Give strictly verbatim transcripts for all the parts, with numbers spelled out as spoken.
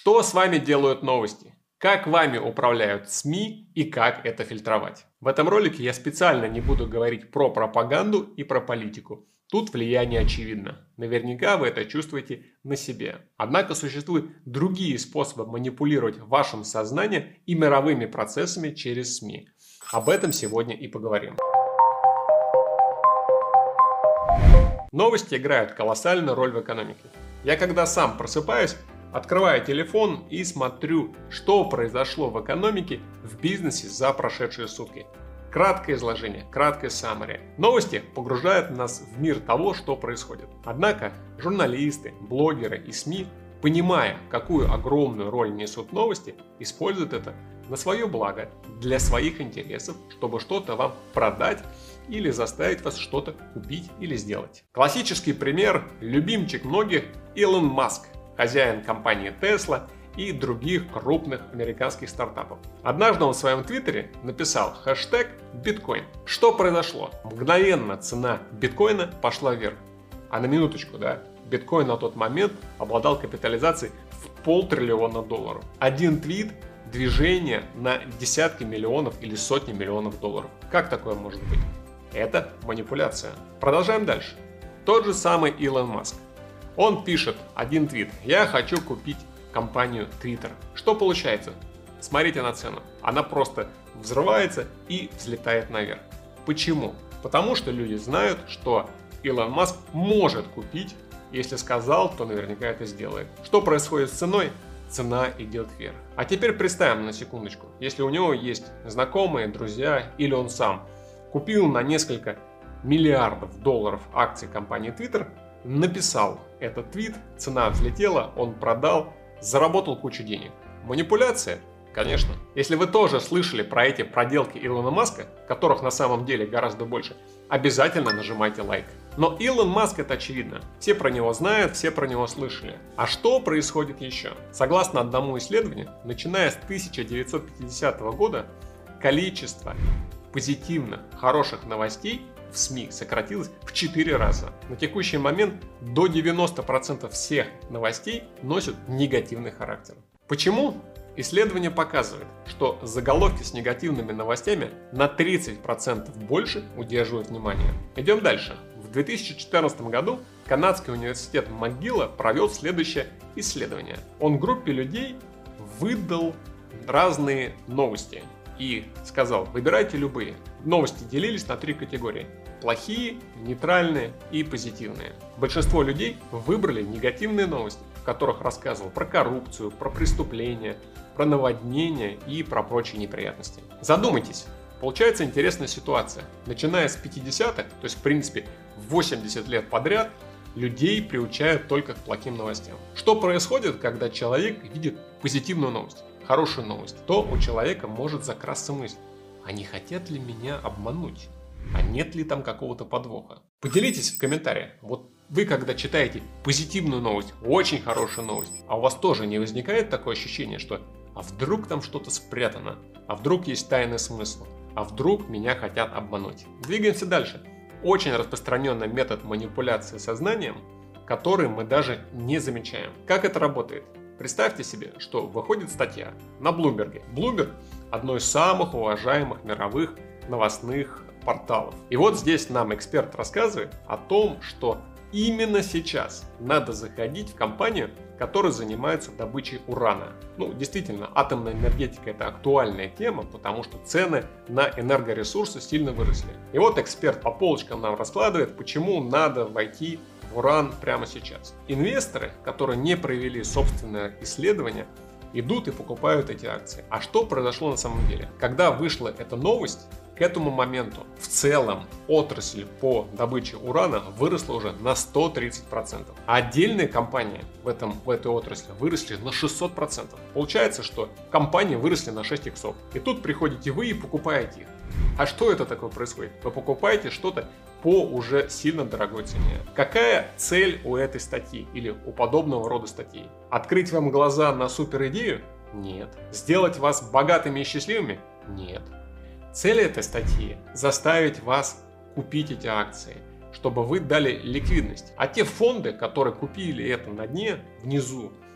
Что с вами делают новости? Как вами управляют СМИ и как это фильтровать? В этом ролике я специально не буду говорить про пропаганду и про политику. Тут влияние очевидно. Наверняка вы это чувствуете на себе. Однако существуют другие способы манипулировать вашим сознанием и мировыми процессами через СМИ. Об этом сегодня и поговорим. Новости играют колоссальную роль в экономике. Я когда сам просыпаюсь, открываю телефон и смотрю, что произошло в экономике, в бизнесе за прошедшие сутки. Краткое изложение, краткое summary. Новости погружают нас в мир того, что происходит. Однако журналисты, блогеры и СМИ, понимая, какую огромную роль несут новости, используют это на свое благо, для своих интересов, чтобы что-то вам продать или заставить вас что-то купить или сделать. Классический пример, любимчик многих, Илон Маск, хозяин компании Tesla и других крупных американских стартапов. Однажды он в своем твиттере написал хэштег биткоин. Что произошло? Мгновенно цена биткоина пошла вверх. А на минуточку, да, биткоин на тот момент обладал капитализацией в полтриллиона долларов. Один твит, движение на десятки миллионов или сотни миллионов долларов. Как такое может быть? Это манипуляция. Продолжаем дальше. Тот же самый Илон Маск. Он пишет один твит: «Я хочу купить компанию Twitter». Что получается? Смотрите на цену. Она просто взрывается и взлетает наверх. Почему? Потому что люди знают, что Илон Маск может купить. Если сказал, то наверняка это сделает. Что происходит с ценой? Цена идет вверх. А теперь представим на секундочку, если у него есть знакомые, друзья или он сам купил на несколько миллиардов долларов акций компании Twitter, написал этот твит, цена взлетела, он продал, заработал кучу денег. Манипуляция? Конечно. Если вы тоже слышали про эти проделки Илона Маска, которых на самом деле гораздо больше, обязательно нажимайте лайк. Но Илон Маск — это очевидно. Все про него знают, все про него слышали. А что происходит еще? Согласно одному исследованию, начиная с тысяча девятьсот пятидесятого года, количество позитивных, хороших новостей в СМИ сократилось в четыре раза. На текущий момент до девяноста процентов всех новостей носят негативный характер. Почему? Исследование показывает, что заголовки с негативными новостями на тридцать процентов больше удерживают внимание. Идем дальше. В две тысячи четырнадцатом году канадский университет МcGill провел следующее исследование. Он группе людей выдал разные новости и сказал: выбирайте любые. Новости делились на три категории: плохие, нейтральные и позитивные. Большинство людей выбрали негативные новости, в которых рассказывал про коррупцию, про преступления, про наводнения и про прочие неприятности. Задумайтесь, получается интересная ситуация. Начиная с пятидесятых, то есть в принципе восемьдесят лет подряд, людей приучают только к плохим новостям. Что происходит, когда человек видит позитивную новость, хорошую новость? То у человека может закрасться мысль: а не хотят ли меня обмануть? А нет ли там какого-то подвоха? Поделитесь в комментариях. Вот вы, когда читаете позитивную новость, очень хорошую новость, а у вас тоже не возникает такое ощущение, что а вдруг там что-то спрятано? А вдруг есть тайный смысл? А вдруг меня хотят обмануть? Двигаемся дальше. Очень распространенный метод манипуляции сознанием, который мы даже не замечаем. Как это работает? Представьте себе, что выходит статья на Bloomberg. Bloomberg – одно из самых уважаемых мировых новостных порталов. И вот здесь нам эксперт рассказывает о том, что именно сейчас надо заходить в компанию, которая занимается добычей урана. Ну, действительно, атомная энергетика — это актуальная тема, потому что цены на энергоресурсы сильно выросли. И вот эксперт по полочкам нам раскладывает, почему надо войти в уран прямо сейчас. Инвесторы, которые не провели собственное исследование, идут и покупают эти акции. А что произошло на самом деле? Когда вышла эта новость, к этому моменту в целом отрасль по добыче урана выросла уже на сто тридцать процентов. А отдельные компании в, этом, в этой отрасли выросли на шестьсот процентов. Получается, что компании выросли на шесть иксов. И тут приходите вы и покупаете их. А что это такое происходит? Вы покупаете что-то по уже сильно дорогой цене. Какая цель у этой статьи или у подобного рода статей? Открыть вам глаза на супер идею? Нет. Сделать вас богатыми и счастливыми? Нет. Цель этой статьи – заставить вас купить эти акции, чтобы вы дали ликвидность. А те фонды, которые купили это на дне, внизу,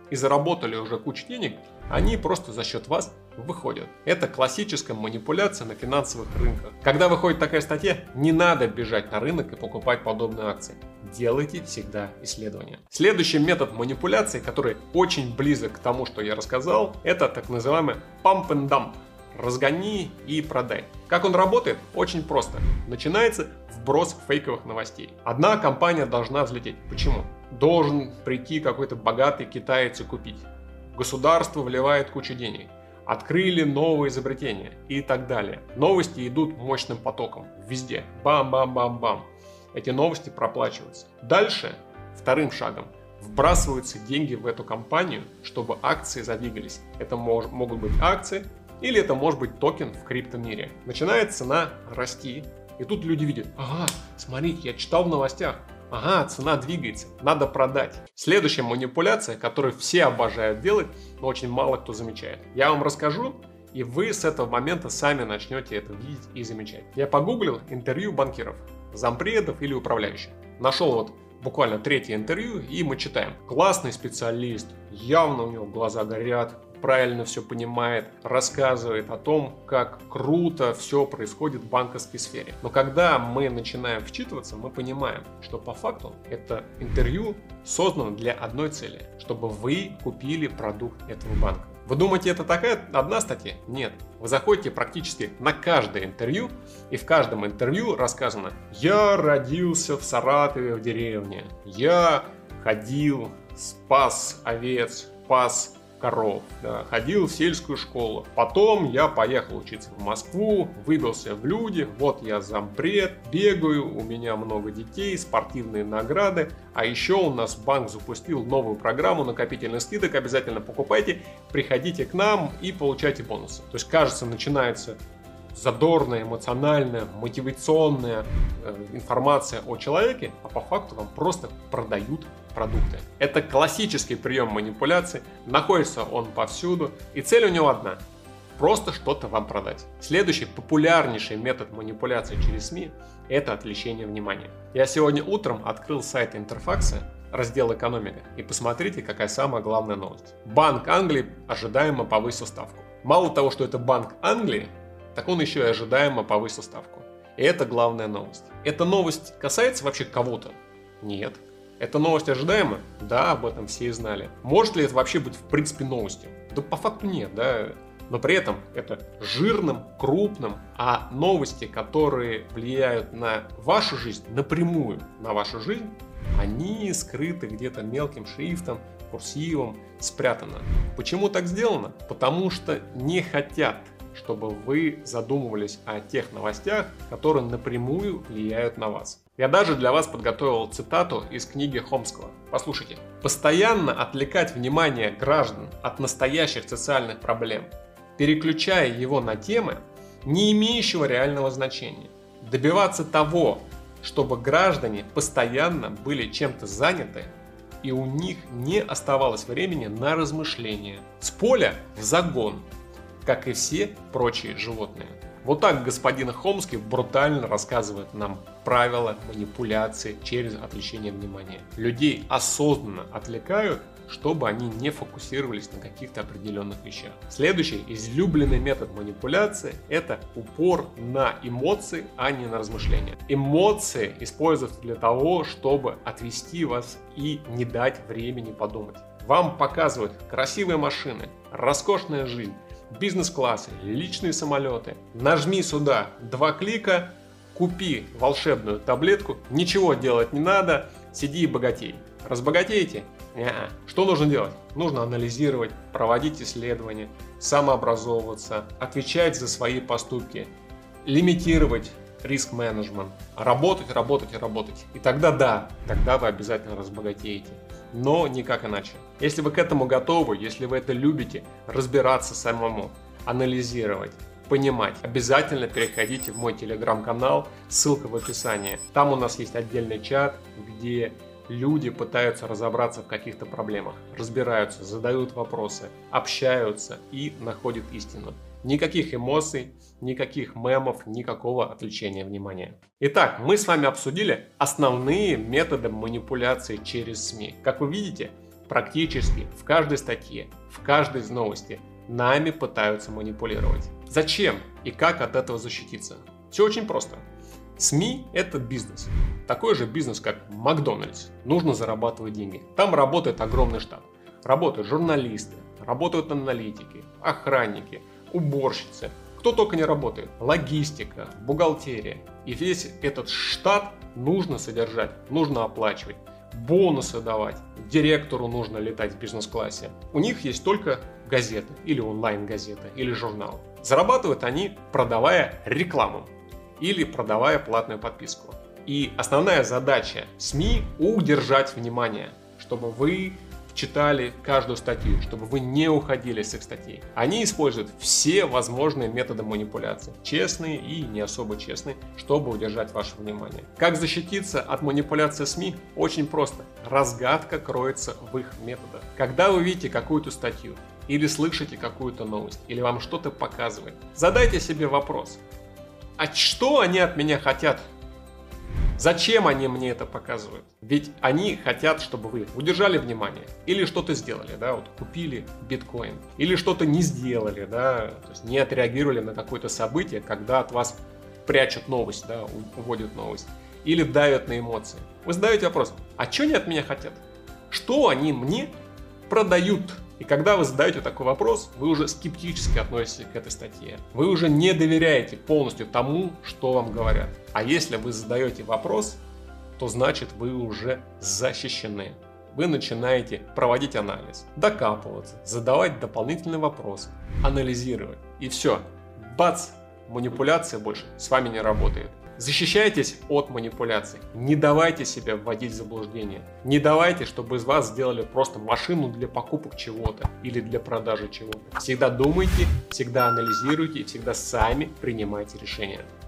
и заработали уже кучу денег, они просто за счет вас выходят. Это классическая манипуляция на финансовых рынках. Когда выходит такая статья, не надо бежать на рынок и покупать подобные акции. Делайте всегда исследования. Следующий метод манипуляции, который очень близок к тому, что я рассказал, это так называемый pump and dump. Разгони и продай. Как он работает? Очень просто. Начинается вброс фейковых новостей. Одна компания должна взлететь. Почему? Должен прийти какой-то богатый китаец и купить. Государство вливает кучу денег. Открыли новые изобретения и так далее. Новости идут мощным потоком. Везде. Бам-бам-бам-бам. Эти новости проплачиваются. Дальше, вторым шагом, вбрасываются деньги в эту компанию, чтобы акции задвигались. Это мож, могут быть акции, или это может быть токен в криптомире. Начинает цена расти, и тут люди видят: ага, смотрите, я читал в новостях, ага, цена двигается, надо продать. Следующая манипуляция, которую все обожают делать, но очень мало кто замечает. Я вам расскажу, и вы с этого момента сами начнете это видеть и замечать. Я погуглил интервью банкиров, зампредов или управляющих. Нашел вот буквально третье интервью, и мы читаем. Классный специалист, явно у него глаза горят, правильно все понимает, рассказывает о том, как круто все происходит в банковской сфере. Но когда мы начинаем вчитываться, мы понимаем, что по факту это интервью создано для одной цели, чтобы вы купили продукт этого банка. Вы думаете, это такая одна статья? Нет. Вы заходите практически на каждое интервью, и в каждом интервью рассказано: я родился в Саратове в деревне, я ходил, спас овец, пас коров, да, ходил в сельскую школу. Потом я поехал учиться в Москву, выбился в люди, вот я зампред, бегаю, у меня много детей, спортивные награды. А еще у нас банк запустил новую программу накопительных скидок, обязательно покупайте, приходите к нам и получайте бонусы. То есть, кажется, начинается задорная, эмоциональная, мотивационная э, информация о человеке, а по факту вам просто продают продукты. Это классический прием манипуляции, находится он повсюду, и цель у него одна – просто что-то вам продать. Следующий популярнейший метод манипуляции через СМИ – это отвлечение внимания. Я сегодня утром открыл сайт Интерфакса, раздел «Экономика», и посмотрите, какая самая главная новость. Банк Англии ожидаемо повысил ставку. Мало того, что это Банк Англии, так он еще и ожидаемо повысил ставку. И это главная новость. Эта новость касается вообще кого-то? Нет. Эта новость ожидаема? Да, об этом все и знали. Может ли это вообще быть в принципе новостью? Да по факту нет, да. Но при этом это жирным, крупным, а новости, которые влияют на вашу жизнь, напрямую на вашу жизнь, они скрыты где-то мелким шрифтом, курсивом, спрятано. Почему так сделано? Потому что не хотят, чтобы вы задумывались о тех новостях, которые напрямую влияют на вас. Я даже для вас подготовил цитату из книги Хомского. Послушайте. «Постоянно отвлекать внимание граждан от настоящих социальных проблем, переключая его на темы, не имеющего реального значения. Добиваться того, чтобы граждане постоянно были чем-то заняты, и у них не оставалось времени на размышления. С поля в загон, как и все прочие животные». Вот так господин Хомский брутально рассказывает нам правила манипуляции через отвлечение внимания. Людей осознанно отвлекают, чтобы они не фокусировались на каких-то определенных вещах. Следующий излюбленный метод манипуляции – это упор на эмоции, а не на размышления. Эмоции используются для того, чтобы отвести вас и не дать времени подумать. Вам показывают красивые машины, роскошная жизнь, бизнес-классы, личные самолеты. Нажми сюда два клика, купи волшебную таблетку, ничего делать не надо, сиди и богатей. Разбогатеете? Не-а. Что нужно делать? Нужно анализировать, проводить исследования, самообразовываться, отвечать за свои поступки, лимитировать риск-менеджмент, работать, работать и работать. И тогда да, тогда вы обязательно разбогатеете. Но никак иначе. Если вы к этому готовы, если вы это любите, разбираться самому, анализировать, понимать, обязательно переходите в мой телеграм-канал, ссылка в описании. Там у нас есть отдельный чат, где люди пытаются разобраться в каких-то проблемах, разбираются, задают вопросы, общаются и находят истину. Никаких эмоций, никаких мемов, никакого отвлечения внимания. Итак, мы с вами обсудили основные методы манипуляции через СМИ. Как вы видите, Практически в каждой статье, в каждой из новостей нами пытаются манипулировать. Зачем и как от этого защититься? Все очень просто. СМИ – это бизнес. Такой же бизнес, как Макдональдс. Нужно зарабатывать деньги. Там работает огромный штат. Работают журналисты, работают аналитики, охранники, уборщицы. Кто только не работает. Логистика, бухгалтерия. И весь этот штат нужно содержать, нужно оплачивать. Бонусы давать. Директору нужно летать в бизнес-классе. У них есть только газеты, или онлайн-газеты, или журнал. Зарабатывают они, продавая рекламу или продавая платную подписку. И основная задача СМИ – удержать внимание, чтобы вы читали каждую статью, чтобы вы не уходили с их статей. Они используют все возможные методы манипуляции, честные и не особо честные, чтобы удержать ваше внимание. Как защититься от манипуляции СМИ? Очень просто. Разгадка кроется в их методах. Когда вы видите какую-то статью, или слышите какую-то новость, или вам что-то показывает, задайте себе вопрос: а что они от меня хотят? Зачем они мне это показывают? Ведь они хотят, чтобы вы удержали внимание или что-то сделали, да, вот купили биткоин, или что-то не сделали, да, то есть не отреагировали на какое-то событие, когда от вас прячут новость, да, уводят новость, или давят на эмоции. Вы задаете вопрос: а что они от меня хотят? Что они мне продают? И когда вы задаете такой вопрос, вы уже скептически относитесь к этой статье. Вы уже не доверяете полностью тому, что вам говорят. А если вы задаете вопрос, то значит вы уже защищены. Вы начинаете проводить анализ, докапываться, задавать дополнительные вопросы, анализировать. И все. Бац! Манипуляция больше с вами не работает. Защищайтесь от манипуляций. Не давайте себя вводить в заблуждение. Не давайте, чтобы из вас сделали просто машину для покупок чего-то или для продажи чего-то. Всегда думайте, всегда анализируйте и всегда сами принимайте решения.